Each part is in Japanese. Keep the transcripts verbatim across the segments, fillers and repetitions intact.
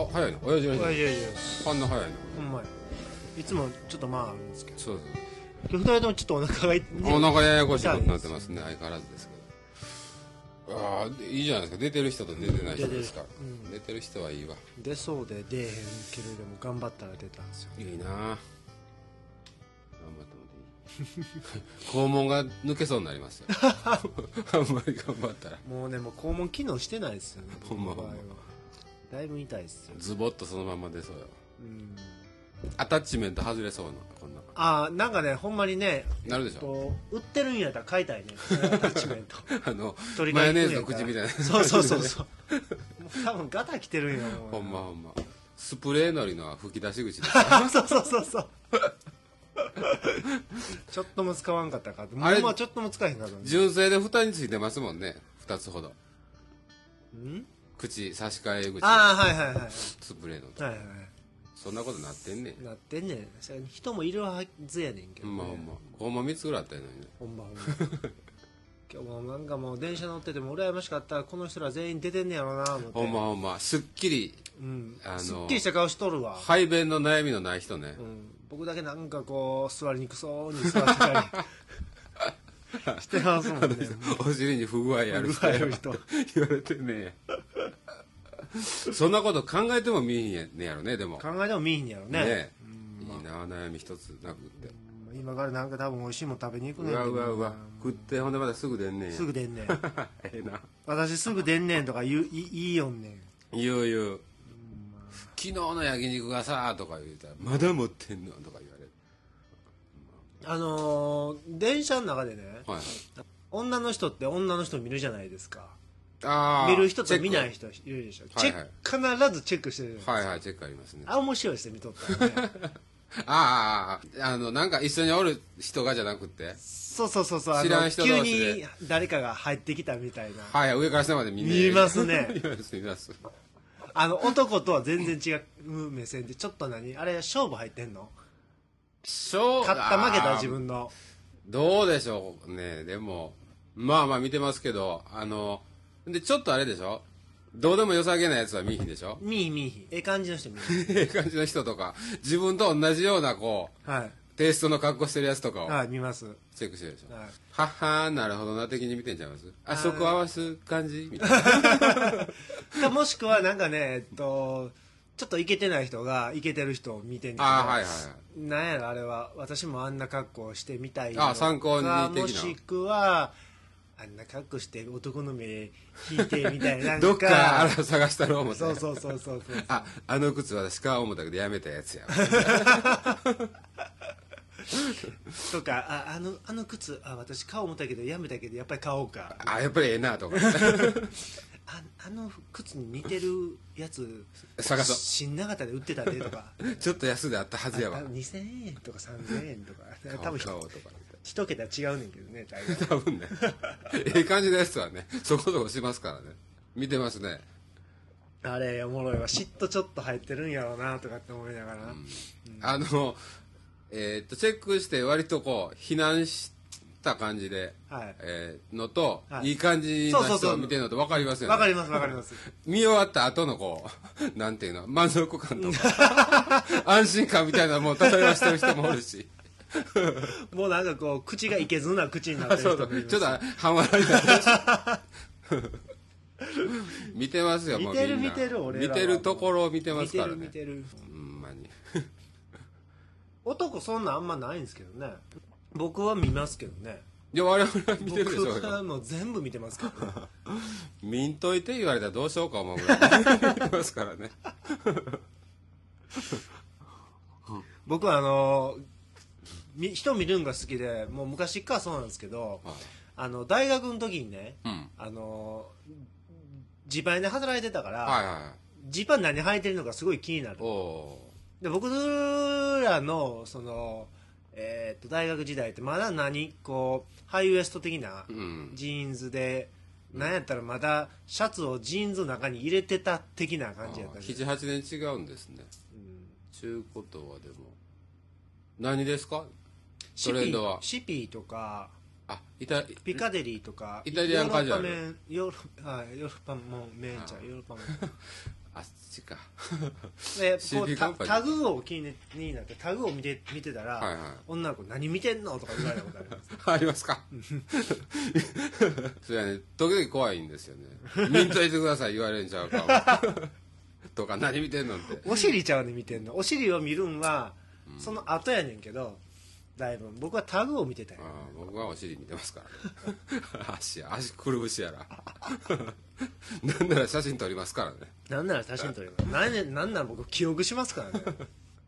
あ、早いの親父の日。 いやいやいや、 あんな早いの。 ほんまや。いつもちょっとまああるんですけど、 そうそう。 今日二人ともちょっとお腹がいお腹ややこしいことになってますね、相変わらずですけど。ああ、いいじゃないですか。出てる人と出てない人ですから。 うん出てる人はいいわ。 出そうで出えへんけれども頑張ったら出たんですよ。 いいな頑張ってもいい。肛門が抜けそうになりますよ。あんまり頑張ったら。 もうね、もう肛門機能してないですよね。 ほんまほんま僕の場合はだいぶ痛いですよ。 ズボッとそのまま出そうよ。 うんアタッチメント外れそうな、こんな。 ああ、なんかね、ほんまにね、 なるでしょ。 と売ってるんやったら買いたいね、アタッチメント。 あの、 取りマヨネーズの替え行くんやから口みたいな。 そうそうそうそうもう多分ガタ来てるんやもうほんまほんま。スプレーのりの吹き出し口です。 そうそうそうそうちょっとも使わんかったかってもあれうまあちょっとも使えへんかったんで純正で蓋についてますもんね。二つほど。 ん口、差し替え口。 ああはいはいはいスプレーの。 はいはいそんなことなってんねん。 なってんねん。それ人もいるはずやねんけど、ね、 ほんまほんま。ほんま三つぐらいあったらいいのにね。 ほんまほんま今日もなんかもう電車乗ってても羨ましかったらこの人ら全員出てんねやろうな思ってほんまほんま。すっきり、 うんあのすっきりした顔しとるわ、 排便の悩みのない人ねう。ん、僕だけなんかこう座りにくそうに座ってたりしてますもんねお尻に不具合やる人不具合ある人言われてんねや。そんなこと考えても見えへんねやろね、でも。 考えても見えへんやろねねいいな、悩み一つなくって。 うん今からなんか多分美味しいもん食べに行くねうんわけどうわうわ。食ってほんでまたすぐ出んねんや。 すぐ出んねんええな。 私すぐ出んねんとか言うい言いよんねん言う言う。昨日の焼肉がさとか言うたら、まだ持ってんのとか言われる。 あのー、電車の中でねはい。 女の人って女の人見るじゃないですかああ。 見る人と見ないチ人いるでしょはいはいチェック必ずチェックしてるじゃないですか、 ェック。はいはい、チェックありますね。 あ面白いですね見とったらねああ、ああ、あの、なんか一緒におる人がじゃなくて、 そうそうそうそうあの知らん人急同士でに誰かが入ってきたみたいなはいはい、上から下まで見んね見ますね見ます見ます。 あの男とは全然違う目線でちょっと何あれ勝負入ってんの勝勝った負けた自分のどうでしょうね。でも、まあまあ見てますけど、あの、で、ちょっとあれでしょ、どうでも良さげなやつは見いひんでしょ。 見いひん見いひんええ感じの人見いひんええ感じの人とか、自分と同じような、こう、 はいテイストの格好してるやつとかをはい見ますチェックしてるでしょ。 はいはっはー、なるほどな、的に見てんちゃいます。あそこ合わす感じみたいな。 かもしくはなんかねえっとちょっとイケてない人がイケてる人を見てんねんけどああ、はいはいはい。 なんやろあれは私もあんな格好をしてみたいあ参考に的なもしくはあんな格好して男の目引いてみたいななんどっかあら探したろう思って。 そうそうそうそうそうあ、あの靴私買おう思ったけどやめたやつや。 とかああのあの靴あ私買おう思ったけどやめたけどやっぱり買おうかあ、やっぱりええなとか。 ああの靴に似てるやつ探そう新長田で売ってたでとかちょっと安であったはずやわ。 にせんえんとかさんぜんえんとか多分買おう買おうとか。 一桁違うねんけどね大概多分ね。ええ感じのやつはね、そこそこしますからね。見てますね。 あれおもろいわ嫉妬ちょっと入ってるんやろうなとかって思いながら、 あの、えーっと、チェックして割とこう、避難した感じで、 はいえーのと、 はいいい感じのそうそうそう人を見てるのと分かりますよね。 わかりますわかります見終わった後のこう、なんていうの、満足感とか、安心感みたいなのも漂わしてる人もおるし。 もうなんかこう口がいけずな口になってるそうそう、 人もいますちょっと半笑いになってるし。見てますよ、もうみんな。 見てる見てる俺らは見てるところを見てますからね。 見てる見てるほんまに。 男そんなんあんまないんですけどね僕は見ますけどねいや、我々は見てるでしょう僕はよ。 もう全部見てますけどね見んといて言われたらどうしようか思うぐらい見てますからね。 僕はあのみ人見るんが好きでもう昔からそうなんですけどはいあの大学の時にねうん。 あのジパンで働いてたから、 はいはいはい。 ジパン何履いてるのかすごい気になるおおで僕らのその、えー、と大学時代ってまだ何こうハイウエスト的なー。うん。 ジーンズで、なんやったらまだシャツをジーンズの中に入れてた的な感じやったんですななはちねん違うんですね。ちゅうことはでも。何ですかシピトレンドは。 シピーとかあ、いた、 ピカデリーとかイタリアンカジュアルヨーロッパ麺ヨーロ,、はい、ヨーロッパもん麺ちゃうヨーロッパ麺あっちか。 でこシーピーうタカンパニータグを気にになってタグを見て見てたら、 はいはい女の子何見てんのとか言われたことありますありますかそれはね時々怖いんですよね見んといてください言われんちゃうかとか何見てんのってお尻ちゃうね見てんのお尻を見るんはその後やねんけどだいぶ僕はタグを見てたんや、 ああ僕はお尻見てますからね足や足くるぶしやらなんなら写真撮りますからねなんなら写真撮りますなんでなんなら僕記憶しますからね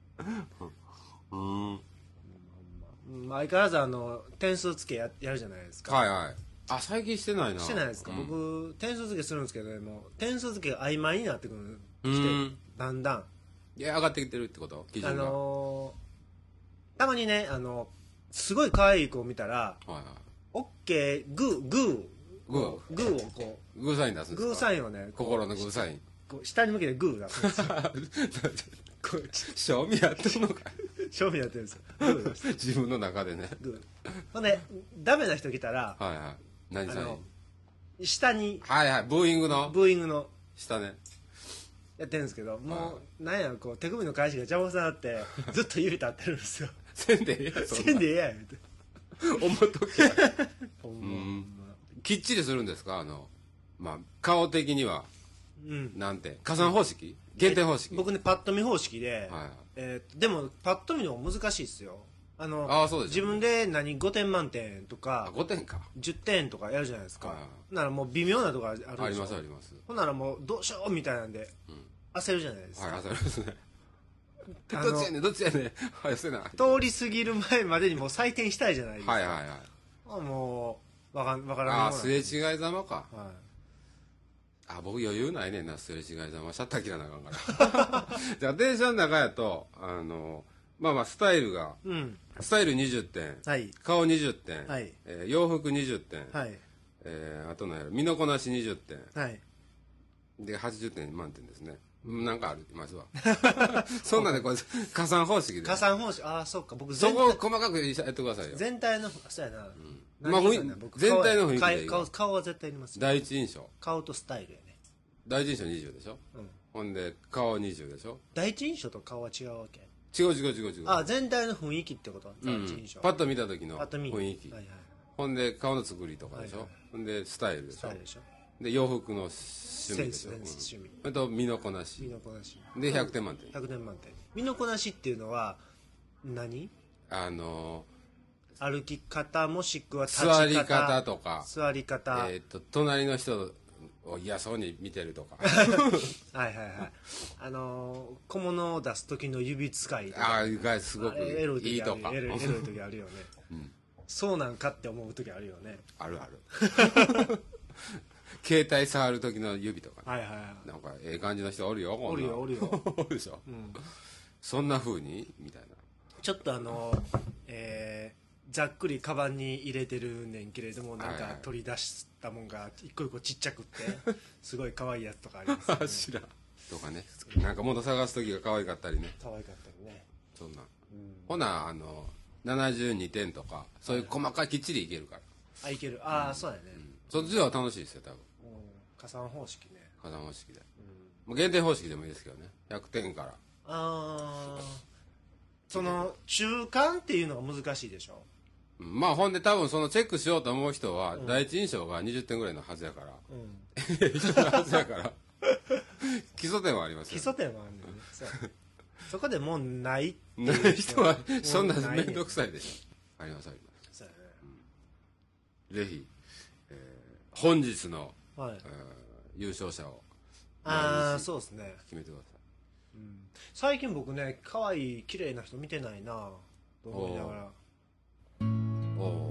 うんうん相変わらずあの点数付け や, やるじゃないですかはいはいあ最近してないなしてないですか、 うん、 僕点数付けするんですけども点数付けが曖昧になってくるうきてんだんだんいや上がってきてるってこと基準あが、 のー、たまにねあのすごい可愛い子を見たらはいはいオッケーグーグーグーグーをこグーサイン出すんですかうグーサインをねこう心のグーサインこう下に向けてグー出すんですよこう賞味やってんのか正面やってるんですよグーです自分の中でねグーほんでダメな人来たらはいはい何サインあの下にはいはいブーイングのブーイングの下ねやってるんですけどもうなんやろこう手首の返しが邪魔くさなってずっと指立ってるんですよせんでええやそんなせんでええやん言うて思っとけほんまうんきっちりするんですかあのまあ顔的にはうんなんて加算方式減点方式僕ねパッと見方式で、 はいはいえーでもパッと見の方が難しいですよあのあーそうです自分で何ごてん満点とあかごてんかじゅってんとかやるじゃないですか、 はいはいほんならもう微妙なとこあるでしょありますありますほんならもうどうしようみたいなんで、焦るじゃないですか、 はいありますねあのどっちやねんどっちやねんはいせなはい通り過ぎる前までにもう採点したいじゃないですか、 はいはいあもうわかんわからんああようなすれ違いざまかはあ僕余裕ないねんなすれ違いざまシャッター切らなあかんからじゃあ電車の中やとあのまあまあスタイルがい、うんスタイルにじゅってんはい顔にじゅってん、 はいえー洋服にじゅってん、 はいえーあと何やろ身のこなしにじゅってんはいではちじゅってん満点ですねなんかありますわそんなんでこれ加算方式で加算方式ああそっか僕そ全体こを細かくやってくださいよ全体のそうやな、 まあ何言うかな僕全体の雰囲気でいいわ顔顔顔は絶対いりますよ第一印象顔とスタイルやね、 第一印象にじゅうでしょ、 うん、 ほんで顔にじゅうでしょ第一印象と顔は違うわけ違う違う違う違うあ全体の雰囲気ってことうん第一印象、 パッと見た時のパッと見雰囲気、 はいはい、 ほんで顔の作りとかでしょ、 はいはいほんでスタイルでしょスタイルでしょで洋服の趣味でしょ、うんセンス趣味あと身のこなし身のこなしでひゃくてん満点ひゃくてん満点身のこなしっていうのは何あの歩き方もしくはー立ち方座り方とか座り方、 えー、と隣の人を嫌そうに見てるとかはいはいはいあのー小物を出す時の指使いとかああがすごくあれエロい時あるいいとかエロいエロい時あるよね、そうなんかって思う時あるよねあるある携帯触る時の指とか、ね、 はいはいはいなんかええ感じの人おるよこんなんおるよおるよおるでしょ、そんな風にみたいなちょっとあのーえーざっくりカバンに入れてるねんけれどもなんはいはいか取り出したもんが一個一個ちっちゃくってすごい可愛いやつとかありますよね知らんとかねなんか物探す時が可愛かったりね可愛かったりねそんな、ほなあのななじゅうにてんとかそういう細かいきっちりいけるから、 あいけるああ、そうやね、 そっちは楽しいですよ多分うん、加算方式ね加算方式で、もう減点方式でもいいですけどねひゃくてんからああその中間っていうのが難しいでしょうんまあほんで多分そのチェックしようと思う人は、第一印象がにじゅってんぐらいのはずやから、 うん人のはずやから基礎点はありますよ基礎点はあるんだよねそうそこでもうないってないいう人はそんなもうないね面倒くさいでしょありますありまそうやねすぜひ、えー本日の、 はいえー優勝者をああ来日そうですね決めてください最近僕ね可愛い綺麗な人見てないなと思いながらおお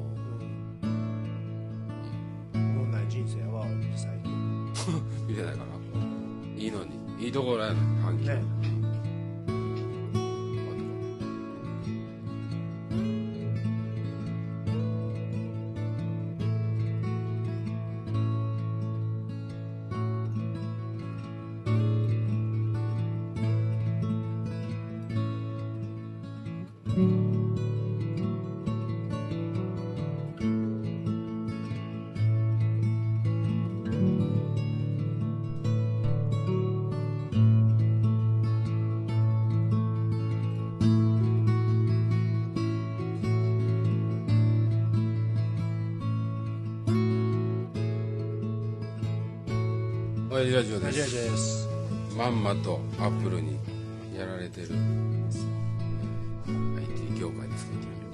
おもんない人生やわ最近見てないからいいのにいいところやな反響、 ねジラジオです。 ラジラジオです。 まんまとアップルにやられてる アイティー 業界ですか。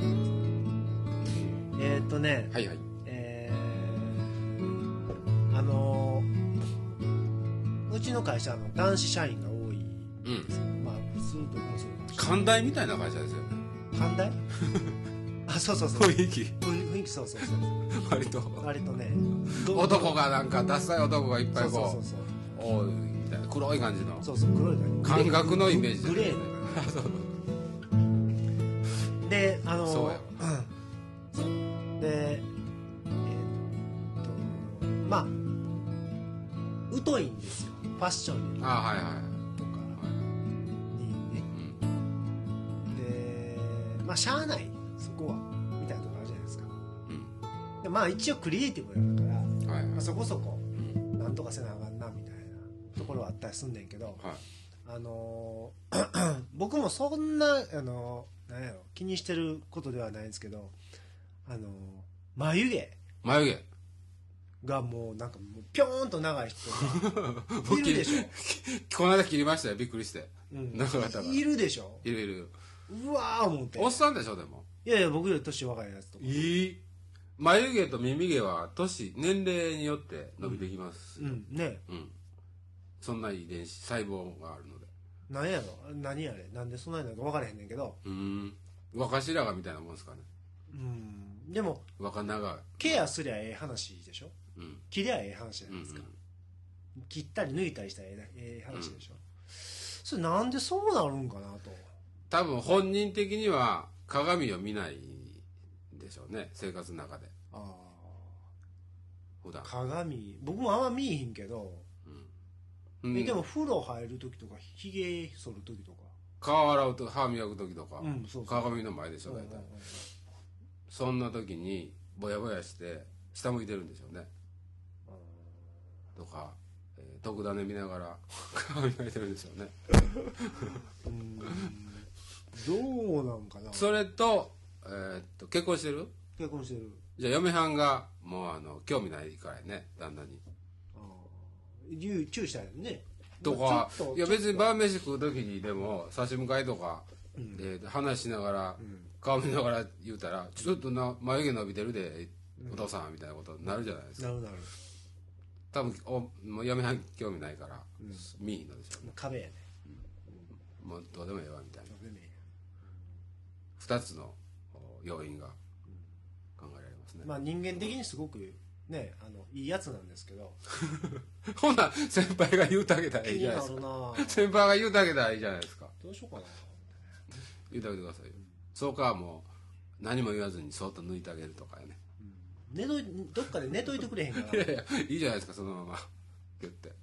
えー、っとね、 はいはい。 えー、あのー、うちの会社の男子社員が多いんですよ。 うん、 まあ普通ともそうです。 寛大みたいな会社ですよね。 寛大あ、そうそうそう。 雰囲気雰囲気そうそうそう。 割と割とね、 男がなんかダサい男がいっぱいこう、 そうそうそうおいみたいな黒い感じの、 そうそう、黒い感覚のイメージグレーので、あのー、 そうやそうで、えー、っとまあ疎いんですよ、ファッションにああはいはいとかにね、 うん、 でまあしゃあないそこはみたいなところあるじゃないですか、 うん、 でまあ一応クリエイティブだから、 はいはい、 まあ、そこそこうん、 なんとかせなあかんなみたいなところはあったりすんねんけど、 はい、 あのー、僕もそんな、あのー、なんやろ気にしてることではないんですけど、あのー、眉毛眉毛がもうなんかもうピョーンと長い人がいるでしょこの間切りましたよ、びっくりして、 うん、 長かったからいるでしょ、 いるいる、 うわー思って、 おっさんでしょ。でもいやいや僕より年若いやつとかいい眉毛と耳毛は年年齢によって伸びてきます、 うん、うん、ね、 うん、そんな遺伝子細胞があるので、 なんやろ何やれなんでそんなになんか分からへんねんけど、 うん、若白髪みたいなもんですかね。 うん、でも若長いケアすりゃええ話でしょ、 うん、 切りゃええ話じゃないですか、 うんうん、 切ったり抜いたりしたらええ話でしょ、うん、それなんでそうなるんかなと。 多分本人的には鏡を見ないでしょうね、生活の中で。 ああ、 普段鏡僕もあんま見えへんけど、うん、えでも風呂入る時とかひげ剃る時とか顔洗うと歯磨く時とか、 うん、そうそう鏡の前でしょ大体、うんうんうん、そんな時にぼやぼやして下向いてるんでしょうね、とか、えー、特ダネ見ながら顔磨いてるんでしょうねうーんどうなんかな。 それと、えー、っと結婚してる結婚してる。 じゃあ嫁はんがもうあの興味ないからね、旦那に。 あチューしたいよねとか、いや別に晩飯食う時にでも差し向かいとか、うん、えー、話しながら、うん、顔見ながら言うたら、ちょっとな眉毛伸びてるで、うん、お父さんみたいなことになるじゃないですか。 なるなる。 多分おもう嫁はん興味ないから、うん、見いのでしょうね。 壁やね、 うん、もうどうでもええわみたいなふたつの要因が考えられますね。 まあ人間的にすごくね、あのいいやつなんですけどほな先輩が言うてあげたらいいじゃないですか。先輩が言うてあげたらいいじゃないですか。 どうしようかな、 言うてあげてくださいよ、うん、そうかもう何も言わずにそっと抜いてあげるとかね、 うん、寝とどっかで寝といてくれへんからいやいやいいじゃないですか、そのまま言って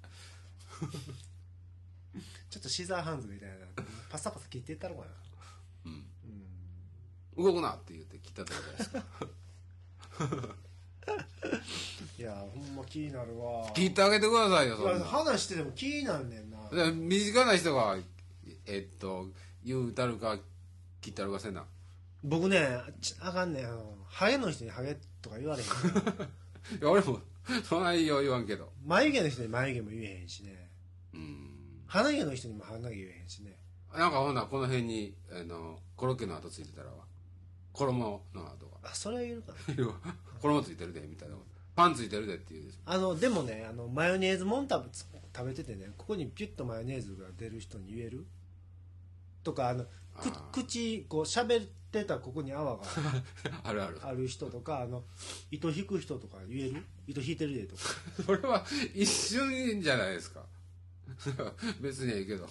ちょっとシザーハンズみたいなパサパサ切っていったろかな、 うんうん、動くなって言って切ったってことですかいやほんま気になるわ。 切ってあげてくださいよ。そんな話してても気になんねんな。 身近な人がえっと言うたるか切ったるかせな。 僕ねあかんねん、あのハゲの人にハゲとか言われへんいや俺もそんなよう言わんけど、 眉毛の人に眉毛も言えへんしね、 うん、 鼻毛の人にも鼻毛言えへんしね。 なんかほんならこの辺にあのコロッケの跡ついてたらわ、衣の跡が、 あそれは言うかな衣ついてるでみたいな、パンついてるでっていうでしょ。 あのでもね、あのマヨネーズもん食べ食べててね、ここにピュッとマヨネーズが出る人に言えるとか、あのく口こう喋ってたここに泡があるあるある人とか、あの糸引く人とか言える、糸引いてるでとかそれは一瞬じゃないですか別にはいいけど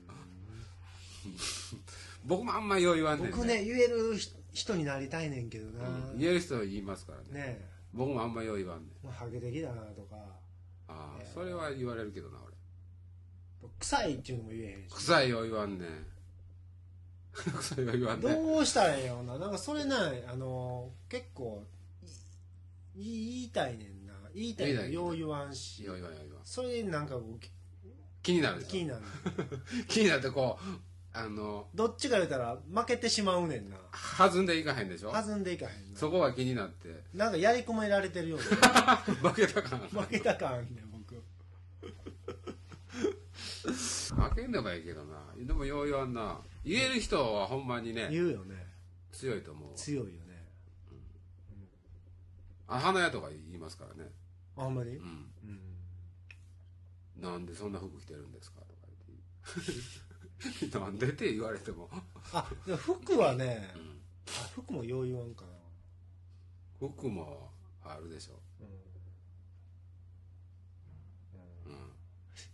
僕もあんまよう言わんねんね。 僕ね言える人になりたいねんけどな、 うん、言える人は言いますからね。 ねえ僕もあんまよう言わんねん。 ハゲ的だなとか、 ああ、えー、それは言われるけどな俺。 臭いっていうのも言えへんし。 臭いよ言わんねん臭いよ言わんねん。 どうしたらええよな。なんかそれない、あの結構言いたいねんな。言いたいのよう言わんし。 よう言わんよう言わん。 それなんか気になるでしょ。 気になる気になってこうあのどっちか言うたら負けてしまうねんな。 弾んでいかへんでしょ。 弾んでいかへんな。 そこが気になってなんかやり込められてるような負けた感負けた感あんねん僕負けんでもいいけどな。でもよう言わんな。言える人はほんまにね言うよね。 強いと思う。 強いよね。 あ、花屋とか言いますからね。 あほんまに。 うん、 うん、 なんでそんな服着てるんですかとか言ってなんでって言われてもあでも服はね、 うん、 あ服もよう言わんかな。 服もあるでしょ。 うん、うん、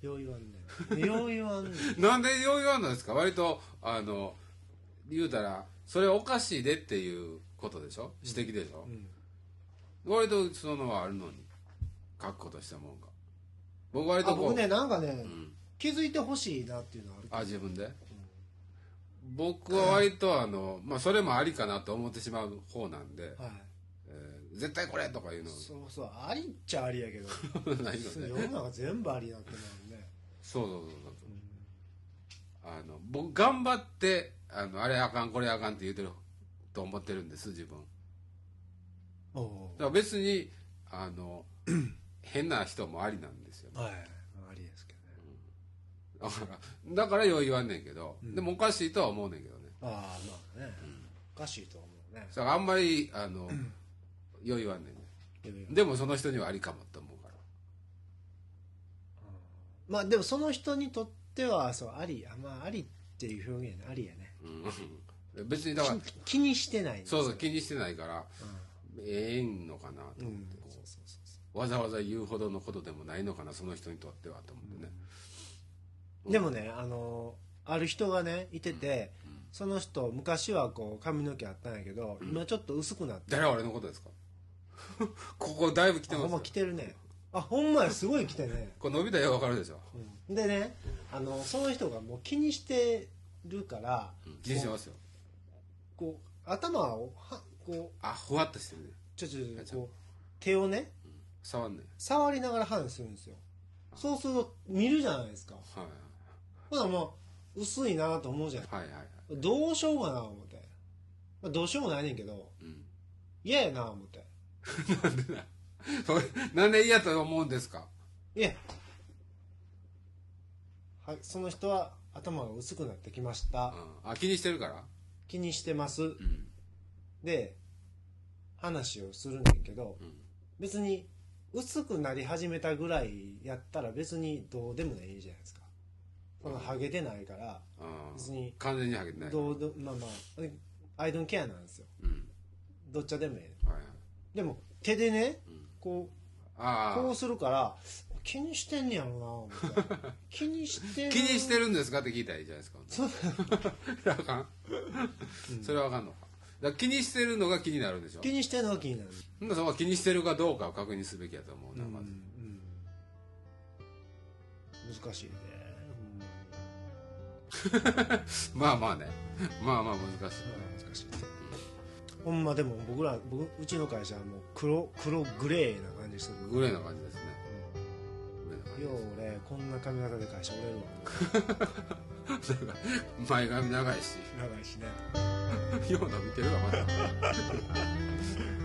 よう言わんね。よう言わんね。 なんでよう言わんのですか。割とあの言うたらそれおかしいでっていうことでしょ、指摘でしょ、うん、割とそのはあるのに書くことしたもんが僕割とこう僕ねなんかね、うん、気づいてほしいなっていうのはあるけど。 あ自分で、うん、僕は割とあの、まあ、それもありかなと思ってしまう方なんで、はい、えー、絶対これとかいうのそうそうありっちゃありやけどないの、ね、世の中全部ありになってないね。 そうそうそうそう、うん、あの僕頑張ってあのあれあかんこれあかんって言うてると思ってるんです自分。だから別にあの変な人もありなんですよ、ね、 はいありですけどね、 うん、だからだからよう言わんねんけど、うん、でもおかしいとは思うねんけどね。 ああまあね、うん、おかしいとは思うね。 だからあんまりあのよう言わんねんね。でもその人にはありかもと思うから、 うん、まあでもその人にとってはそうありあまあありっていう表現ねありやね、 うん、別にだから気にしてないんですよ。 そうそう気にしてないから、うん、ええんのかなと思って、うん、そうそうそうそうわざわざ言うほどのことでもないのかなその人にとってはと思ってね、 うん、でもねあのある人がねいてて、うん、その人昔はこう髪の毛あったんやけど、うん、今ちょっと薄くなって。 誰俺のことですかここだいぶ来てますよ。 ほんま来てるね。あほんまやすごい来てねこれ伸びたらよくわかるでしょ、 うん、でねあのその人がもう気にしてるから、 うん、気にしてますよ。 こう頭をはこうあふわっとしてるね。 ちょちょちょこう手をね、 うん、触んね触りながら話するんですよ。そうすると見るじゃないですか。はいはい。ほなもう薄いなと思うじゃない。はいはいはい。どうしようかな思って、まあ、どうしようもないねんけど嫌、うん、やな思ってなんでななんで嫌と思うんですか。 いやはその人は頭が薄くなってきました、 うん、あ気にしてるから気にしてます、うん、で話をするんだけど、うん、別に薄くなり始めたぐらいやったら別にどうでもいいじゃないですか。このハゲてないから別に完全にハゲてないどうどまあまあアイドンケアなんですよ、うん、どっちでもいい、はいはい、でも手でね、うん、こうあこうするから気にしてんねやろな思って気にしてる気にしてるんですかって聞いたらいいじゃないですか。それはあかん、うん、それはあかんのか。だから気にしてるのが気になるんでしょ。 気にしてるのが気になる。 そこは気にしてるかどうかを確認すべきやと思うな、まず、うんうん、難しいねまあまあねまあまあ難しい、 難しい、うん、ほんまでも僕ら僕うちの会社はもう黒黒グレーな感じする。 グレーな感じですね、 うん、よう俺こんな髪型で会社おれるわ前髪長いし長いしねよう伸びてるわまだ